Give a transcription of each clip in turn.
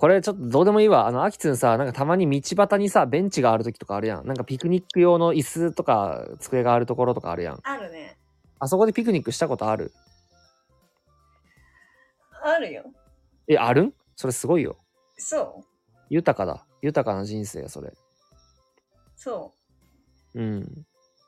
これちょっとどうでもいいわ。アキツンさ、なんかたまに道端にさ、ベンチがある時とかあるやん。なんかピクニック用の椅子とか机があるところとかあるやん。 あるね。 あそこでピクニックしたことある？ あるよ。 あるん？それすごいよ。 そう。 豊かだ。豊かな人生や、それ。 そう。 うん。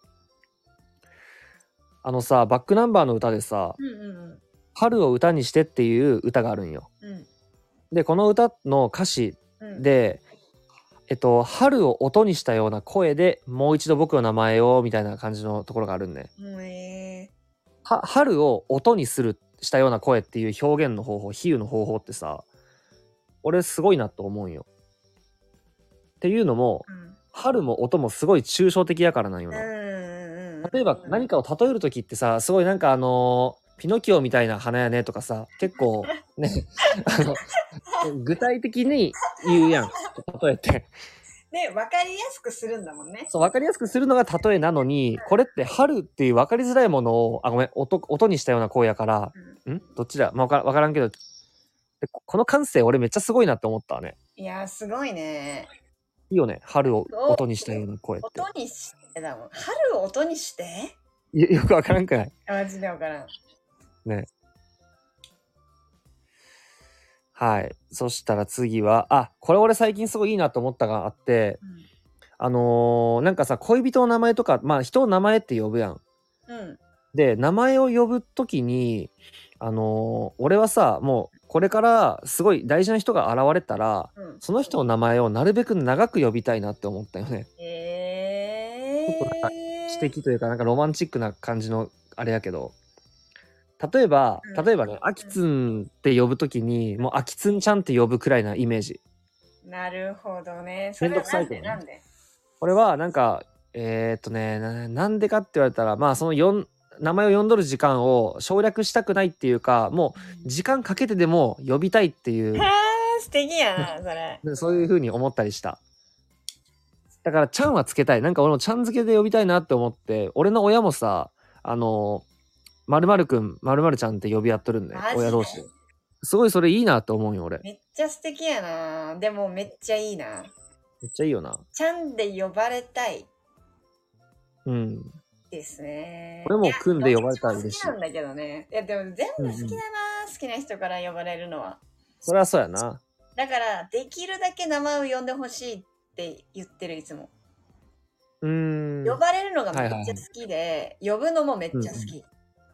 さ、バックナンバーの歌でさ、春を歌にしてっていう歌があるんよ。で、この歌の歌詞で、春を音にしたような声でもう一度僕の名前をみたいな感じのところがあるんね。春を音にしたような声っていう表現の方法、比喩の方法ってさ、俺すごいなと思うんよ。っていうのも、春も音もすごい抽象的やからなんよな。例えば何かを例える時ってさ、すごいなんかピノキオみたいな花やねとかさ、結構ね具体的に言うやん、例えて。 で、分かりやすくするんだもんね。 そう、分かりやすくするのが例えなのに、これって春っていう分かりづらいものを、ごめん、音にしたような声やから、どっちだ、分からんけど、この感性俺めっちゃすごいなって思ったわね。 いやー、すごいね。 いいよね、春を音にしたような声って。 音にしてだもん。春を音にして？ よく分からんくない？ マジで分からん。ね。 はい。そしたら次は、これ俺最近すごいいいなと思ったがあって、なんかさ、恋人の名前とか、まあ人を名前って呼ぶやん。で、名前を呼ぶときに、俺はさ、もうこれからすごい大事な人が現れたら、その人の名前をなるべく長く呼びたいなって思ったよね。ちょっとなんか知的というか、なんかロマンチックな感じのあれやけど、例えばね、あきつんって呼ぶときに、もうあきつんちゃんって呼ぶくらいなイメージ。 なるほどね。 めんどくさいけどね。なんで？これはなんか、なんでかって言われたら、まあその名前を呼んどる時間を省略したくないっていうか、もう時間かけてでも呼びたいっていう。 素敵やな、それ。 そういう風に思ったりした。だから、ちゃんはつけたい。なんか俺もちゃん付けで呼びたいなって思って、俺の親もさ、〇〇くん、〇〇ちゃんって呼び合っとるんだよ。親同士で。すごいそれいいなって思うよ、俺。 めっちゃ素敵やな。でもめっちゃいいな。 めっちゃいいよな。 ちゃんで呼ばれたい。ですね。 俺もくんで呼ばれたら嬉しい。 好きなんだけどね。いやでも全部好きだな、好きな人から呼ばれるのは。 そりゃそうやな。 だからできるだけ名前を呼んでほしいって言ってる、いつも。呼ばれるのがめっちゃ好きで、呼ぶのもめっちゃ好き。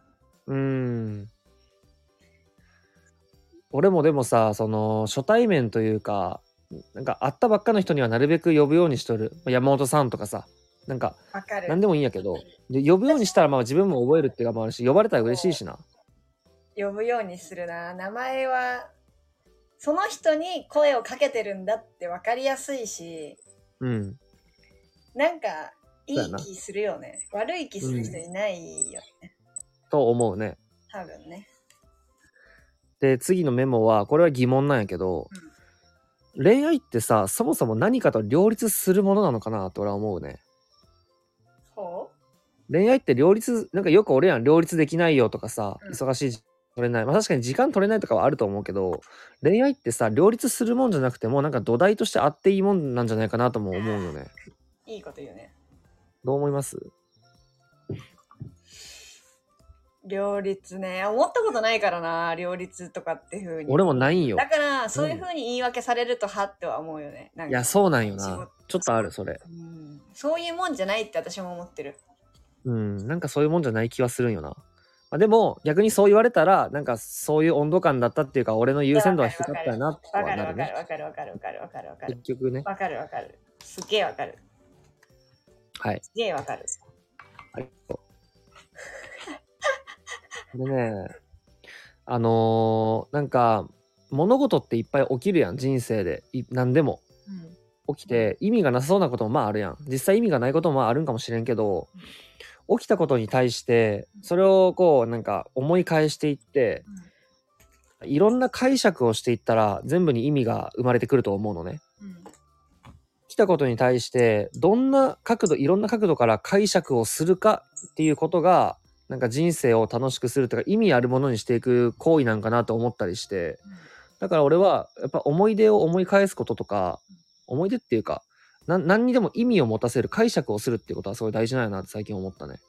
俺もでもさ、その初対面というか、なんか会ったばっかの人にはなるべく呼ぶようにしとる。山本さんとかさ、なんか何でもいいんやけど、で呼ぶようにしたらまあ自分も覚えるっていうかもあるし、呼ばれたら嬉しいしな。 呼ぶようにするな。名前はその人に声をかけてるんだって分かりやすいし、なんかいい気するよね。悪い気する人いないよね。 と思うね。 多分ね。 で、次のメモは、これは疑問なんやけど、恋愛ってさ、そもそも何かと両立するものなのかなって俺は思うね。恋愛ってなんかよく俺やん、両立できないよとかさ、忙しい取れない。まあ確かに時間取れないとかはあると思うけど、恋愛ってさ、両立するもんじゃなくても、なんか土台としてあっていいもんなんじゃないかなとも思うよね。 いいこと言うね。 どう思います？ 両立ね、思ったことないからな、両立とかっていう風に。 俺もないんよ。 だからそういう風に言い訳されるとはっては思うよね。 いや、そうなんよな。ちょっとある、それ。 そういうもんじゃないって私も思ってる。 なんかそういうもんじゃない気はするんよな。まあ、でも逆にそう言われたら、なんかそういう温度感だったっていうか、俺の優先度は低かったよなってはなるね。 わかる。 結局ね。 わかる。すげえわかる。 はい。 すげえわかる。 ありがとう。でね、なんか物事っていっぱい起きるやん、人生で。何でも。起きて意味がなさそうなこともまああるやん。実際意味がないこともあるんかもしれんけど、起きたことに対してそれをこうなんか思い返していって、いろんな解釈をしていったら全部に意味が生まれてくると思うのね。来たことに対していろんな角度から解釈をするかっていうことがなんか人生を楽しくするとか意味あるものにしていく行為なんかなと思ったりして、 だから俺はやっぱ思い出を思い返すこととか、思い出っていうか何にでも意味を持たせる解釈をするっていうことはすごい大事なんやなって最近思ったね。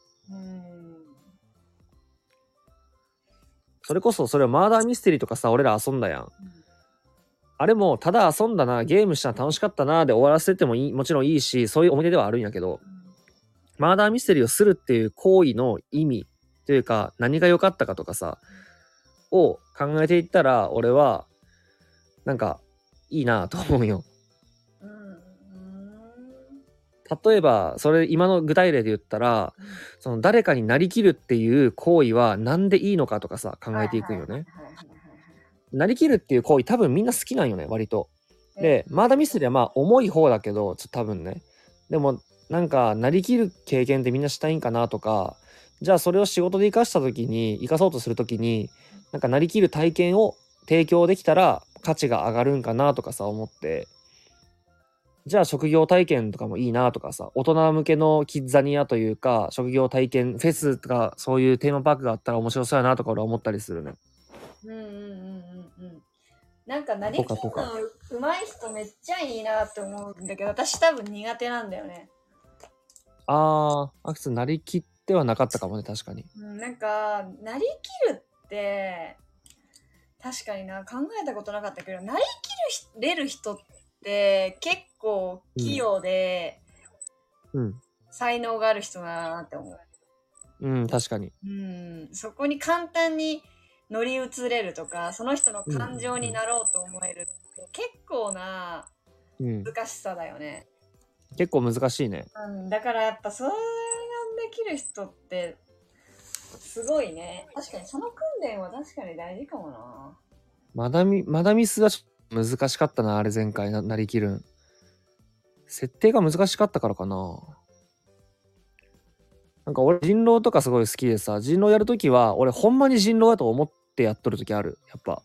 それこそそれはマーダーミステリーとかさ、俺ら遊んだやん。あれもただ遊んだな、ゲームしたら楽しかったなで終わらせてももちろんいいし、そういう思い出ではあるんやけど、マーダーミステリーをするっていう行為の意味というか、何が良かったかとかさを考えていったら、俺はなんかいいなと思うよ。例えばそれ今の具体例で言ったら、その誰かになりきるっていう行為はなんでいいのかとかさ、考えていくんよね。なりきるっていう行為多分みんな好きなんよね、割と。でマーダーミステリーはまあ重い方だけど多分ね、でもなんかなりきる経験ってみんなしたいんかなとか、じゃあそれを仕事で生かした時に生かそうとする時になんかなりきる体験を提供できたら価値が上がるんかなとかさ思って、じゃあ職業体験とかもいいなとかさ、大人向けのキッザニアというか職業体験フェスとかそういうテーマパークがあったら面白そうやなとか俺は思ったりするね。 なんかなりきるの上手い人めっちゃいいなって思うんだけど、私多分苦手なんだよね。 アキツなりきってはなかったかもね、確かに。 なんかなりきるって確かにな、考えたことなかったけど、なりきれる人って結構器用で、才能がある人だなって思う。 確かに。 そこに簡単に乗り移れるとか、その人の感情になろうと思えるって結構な難しさだよね。 結構難しいね。 だからやっぱそれができる人ってすごいね。確かにその訓練は確かに大事かもな。 マダミスはちょっと難しかったな、あれ前回なりきるん。設定が難しかったからかな。なんか俺人狼とかすごい好きでさ、人狼やるときは俺ほんまに人狼だと思ってやっとるときある、やっぱ。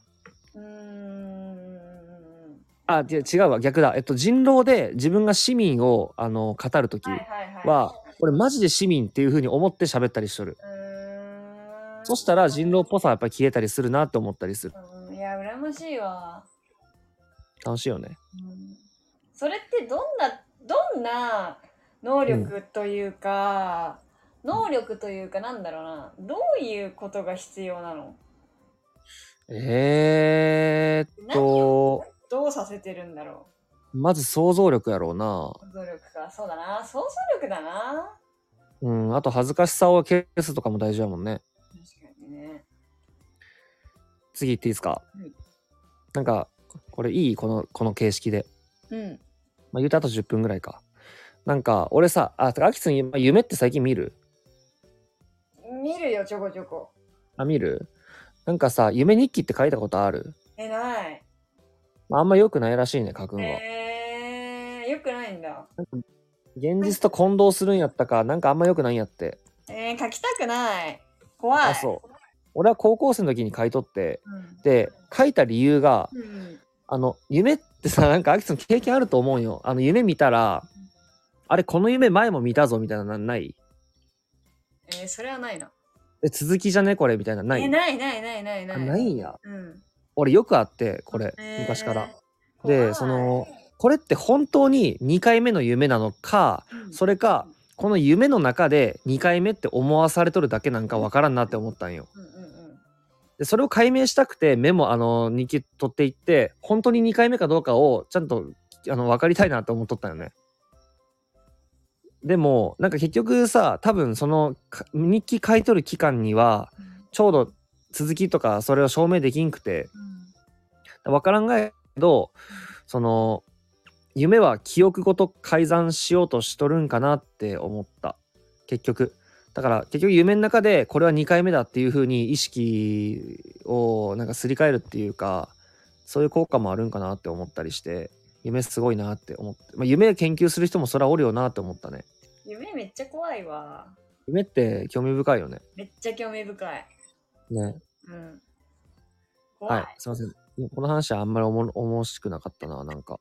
違うわ、逆だ。人狼で自分が市民を語るときは、俺マジで市民っていう風に思って喋ったりしとる。そしたら人狼っぽさはやっぱり消えたりするなって思ったりする。 いや、羨ましいわ。 楽しいよね。 それってどんな能力というか、なんだろうな、どういうことが必要なの？どうさせてるんだろう。まず想像力やろうな。 想像力か、そうだな、想像力だな。 あと恥ずかしさを消すとかも大事だもんね。 確かにね。 次行っていいですか？なんかこれいい？この形式で。まあ言うとあと10分ぐらいか。なんか俺さ、アキツン夢って最近見る？ 見るよ、ちょこちょこ。 見る？なんかさ、夢日記って書いたことある？ ない。 あんま良くないらしいね、書くんは。 良くないんだ。 現実と混同するんやったか、なんかあんま良くないんやって。 書きたくない。怖い。 そう。俺は高校生の時に書いとって、で、書いた理由が、夢ってさ、なんかアキツン経験あると思うよ。夢見たら、あれ、この夢前も見たぞみたいなのない？ それはないな。 続きじゃねこれみたいなない？ ない。 ないんや。俺よくあって、これ、昔から。で、これって本当に2回目の夢なのか、それか、この夢の中で2回目って思わされとるだけなんかわからんなって思ったんよ。でそれを解明したくてメモ日記取っていって、本当に2回目かどうかをちゃんと分かりたいなって思っとったよね。でもなんか結局さ、多分その日記書いとる期間にはちょうど続きとかそれを証明できんくて、分からんがやけど、夢は記憶ごと改ざんしようとしとるんかなって思った、結局。だから結局夢の中でこれは2回目だっていう風に意識をなんかすり替えるっていうか、そういう効果もあるんかなって思ったりして、夢すごいなって思って、夢研究する人もそらおるよなって思ったね。 夢めっちゃ怖いわ。 夢って興味深いよね。 めっちゃ興味深いね。はい、すいません。この話はあんまり面白くなかったな、なんか。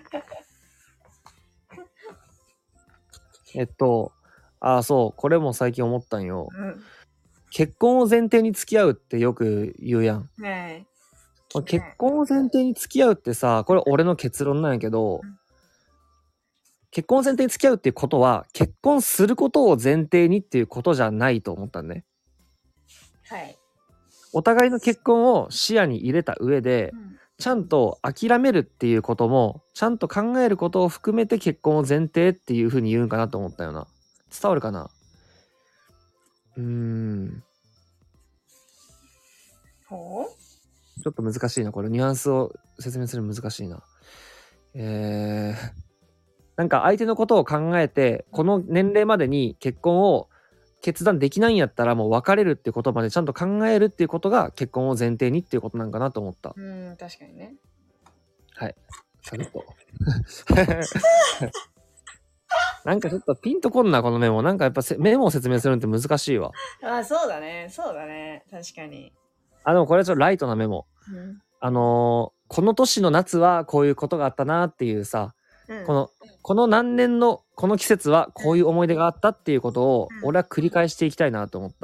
そう、これも最近思ったんよ。結婚を前提に付き合うってよく言うやん。 結婚を前提に付き合うってさ、これ俺の結論なんやけど、結婚を前提に付き合うっていうことは、結婚することを前提にっていうことじゃないと思ったんね。 はい。 お互いの結婚を視野に入れた上で、ちゃんと諦めるっていうことも、ちゃんと考えることを含めて結婚を前提っていう風に言うんかなと思ったよな。伝わるかな？ ほう？ ちょっと難しいな。これニュアンスを説明するの難しいな。なんか相手のことを考えて、この年齢までに結婚を決断できないんやったらもう別れるっていうことまでちゃんと考えるっていうことが結婚を前提にっていうことなんかなと思った。 確かにね。 はい。サクッと。なんかちょっとピンとこんな、このメモ。なんかやっぱメモを説明するのって難しいわ。 そうだね。そうだね。確かに。 でもこれはちょっとライトなメモ。この年の夏はこういうことがあったなっていうさ、この何年のこの季節はこういう思い出があったっていうことを俺は繰り返していきたいなと思った。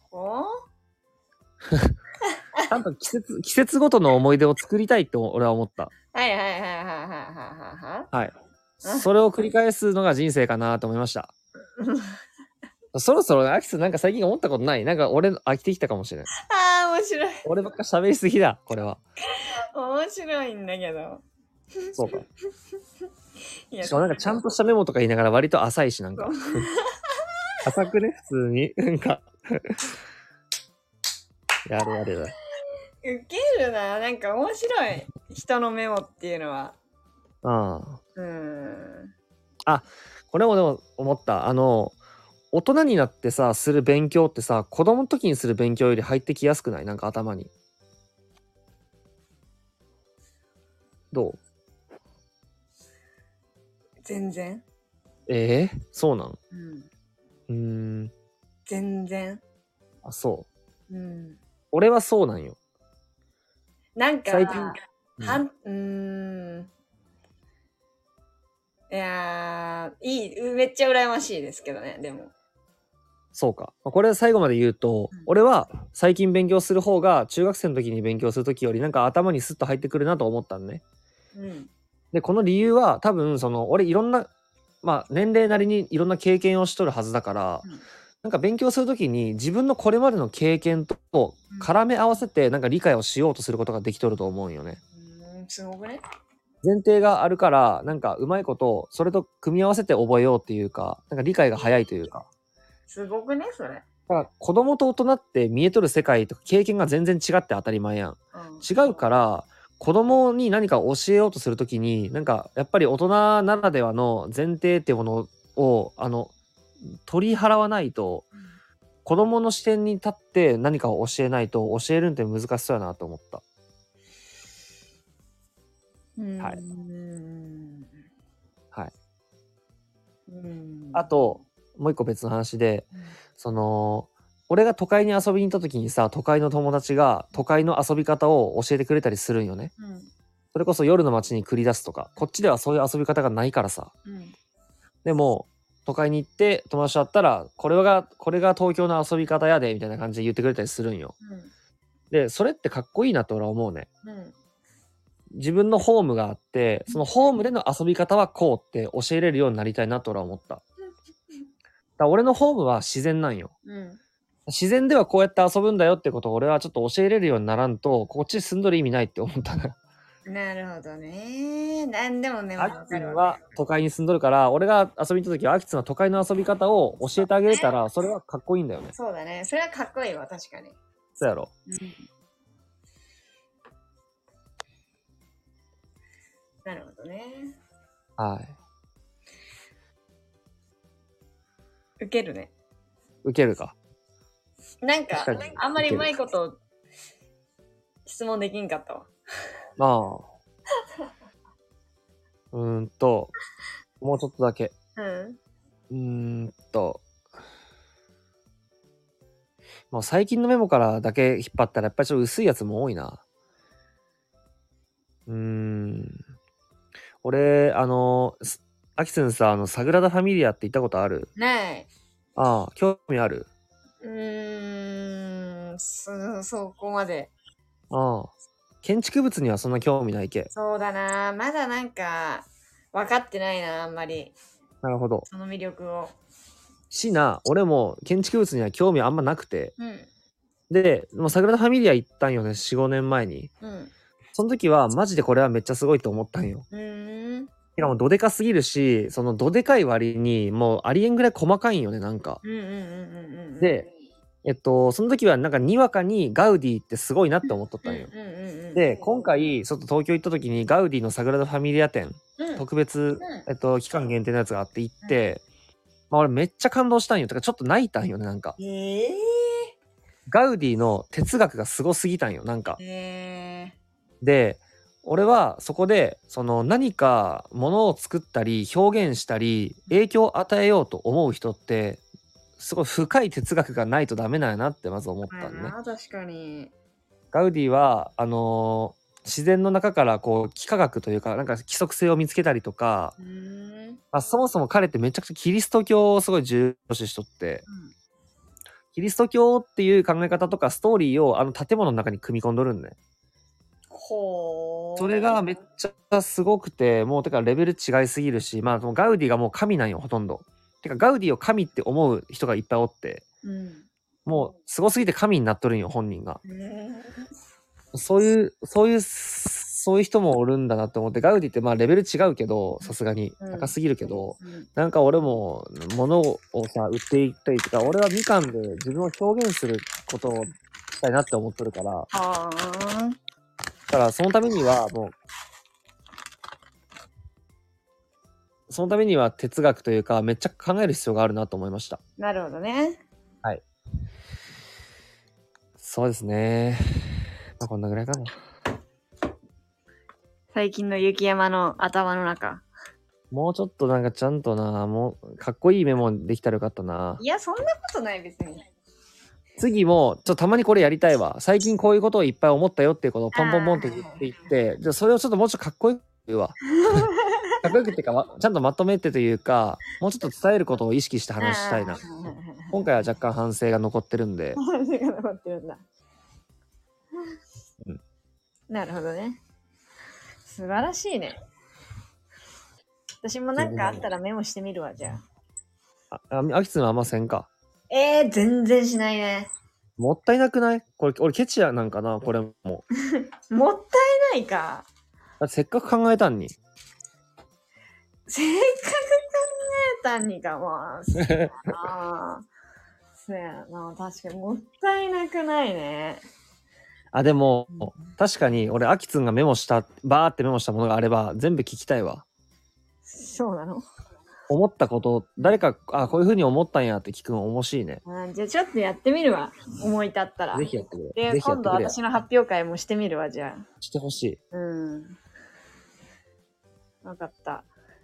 ちゃんと季節ごとの思い出を作りたいって俺は思った。 はいはいはいはいはいはいはい。それを繰り返すのが人生かなと思いました。そろそろアキスなんか最近思ったことない？なんか俺飽きてきたかもしれない。 面白い。 俺ばっか喋りすぎだ、これは。 面白いんだけど。 そうか。しかもなんかちゃんとしたメモとか言いながら割と浅いし、なんか。浅くね、普通に。なんか。やるやる。 ウケるな。なんか面白い。人のメモっていうのは。 これもでも思った。大人になってさ、する勉強ってさ、子供の時にする勉強より入ってきやすくない？なんか頭に。どう？ 全然。 そうなん？ 全然。 そう。俺はそうなんよ。 なんか、 最近。 いやー、めっちゃ羨ましいですけどね、でも。 そうか。これ最後まで言うと、俺は最近勉強する方が中学生の時に勉強する時よりなんか頭にスッと入ってくるなと思ったんね。で、この理由は多分俺いろんな、年齢なりにいろんな経験をしとるはずだから、なんか勉強する時に自分のこれまでの経験と絡め合わせてなんか理解をしようとすることができとると思うんよね。 すごくね。 前提があるからなんかうまいことそれと組み合わせて覚えようっていうか、なんか理解が早いというか。 すごくね、それ。 だから子供と大人って見えとる世界とか経験が全然違って当たり前やん。違うから子供に何か教えようとするときになんかやっぱり大人ならではの前提っていうものを取り払わないと、子供の視点に立って何かを教えないと教えるんって難しそうやなと思った。はい。はい。あともう一個別の話で、俺が都会に遊びに行った時にさ、都会の友達が都会の遊び方を教えてくれたりするんよね。それこそ夜の街に繰り出すとか、こっちではそういう遊び方がないからさ。でも都会に行って友達と会ったらこれが東京の遊び方やでみたいな感じで言ってくれたりするんよ。でそれってかっこいいなと俺は思うね。自分のホームがあってそのホームでの遊び方はこうって教えれるようになりたいなと俺は思った。だから俺のホームは自然なんよ。自然ではこうやって遊ぶんだよってことを俺はちょっと教えれるようにならんとこっち住んどる意味ないって思ったな。 なるほどね。なんでもね、 アキツンは都会に住んどるから俺が遊びに行った時はアキツンは都会の遊び方を教えてあげれたらそれはかっこいいんだよね。 そうだね。それはかっこいいわ、確かに。 そうやろ。 なるほどね。 はい。 受けるね。 受けるか。 なんかあんまりうまいこと質問できんかったわ。 もうちょっとだけ。もう最近のメモからだけ引っ張ったらやっぱりちょっと薄いやつも多いな。俺アキスンさサグラダ・ファミリアって行ったことある？ ない。 興味ある？ そこまで。 建築物にはそんな興味ないけ。 そうだな。まだなんか、分かってないな、あんまり。 なるほど。 その魅力を。 俺も建築物には興味あんまなくて。 うん。 で、もうサグラダ・ファミリア行ったんよね、4、5年前に。 うん。 その時はマジでこれはめっちゃすごいと思ったんよ。しかもどでかすぎるし、そのどでかい割にもうありえんぐらい細かいんよね、なんか。で、その時はなんかにわかにガウディってすごいなって思っとったんよ。で、今回ちょっと東京行った時にガウディのサグラダ・ファミリア展、特別、期間限定のやつがあって行って、まあ俺めっちゃ感動したんよ。とかちょっと泣いたんよね、なんか。ガウディの哲学がすごすぎたんよ、なんか。で、俺はそこでその何かものを作ったり表現したり影響を与えようと思う人ってすごい深い哲学がないとダメなんやなってまず思ったんね。 確かに。 ガウディは自然の中からこう幾何学というかなんか規則性を見つけたりとか、そもそも彼ってめちゃくちゃキリスト教をすごい重視しとって、キリスト教っていう考え方とかストーリーを建物の中に組み込んどるんね。それがめっちゃすごくて、もうてかレベル違いすぎるし、まあガウディがもう神なんよ、ほとんど。てかガウディを神って思う人がいっぱいおって、もうすごすぎて神になっとるんよ、本人が。そういう人もおるんだなって思って、ガウディってまあレベル違うけど、さすがに高すぎるけど、なんか俺も物をさ、売っていったりとか、俺はみかんで自分を表現することをしたいなって思っとるから、だからそのためには哲学というかめっちゃ考える必要があるなと思いました。 なるほどね。 はい。そうですね。まあこんなぐらいかな。 最近の雪山の頭の中。 もうちょっとなんかちゃんとな、もうかっこいいメモできたらよかったな。 いや、そんなことない別に。 次もたまにこれやりたいわ。最近こういうことをいっぱい思ったよっていうことをポンポンポンって言っていって、じゃあそれをちょっともうちょっとかっこよく言うわ。かっこよくっていうか、ちゃんとまとめてというか、もうちょっと伝えることを意識して話したいな。今回は若干反省が残ってるんで。 反省が残ってるんだ。なるほどね。素晴らしいね。私もなんかあったらメモしてみるわ、じゃあ。アキツンはあんませんか。 全然しないね。 もったいなくない？これ、俺ケチやなんかな、これも。 もったいないか。 だってせっかく考えたんに。 せっかく考えたんにかも。そうやな、確かにもったいなくないね。 でも、確かに俺、アキツンがバーってメモしたものがあれば、全部聞きたいわ。 そうなの？ 思ったこと、誰か、こういう風に思ったんやって聞くの面白いね。 じゃあちょっとやってみるわ。思い立ったら。 ぜひやってくれ。 で、今度私の発表会もしてみるわ、じゃあ。 してほしい。 わかった。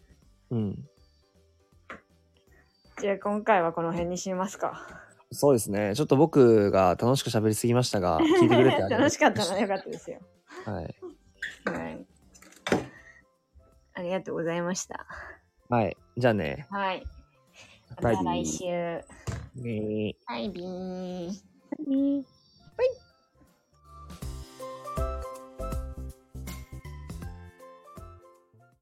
じゃあ今回はこの辺にしますか。 そうですね。ちょっと僕が楽しく喋りすぎましたが、聞いてくれて楽しかったな、よかったですよ。 はい。 ありがとうございました。 はい。じゃあね。 はい。また来週。 バイビー。 バイビー。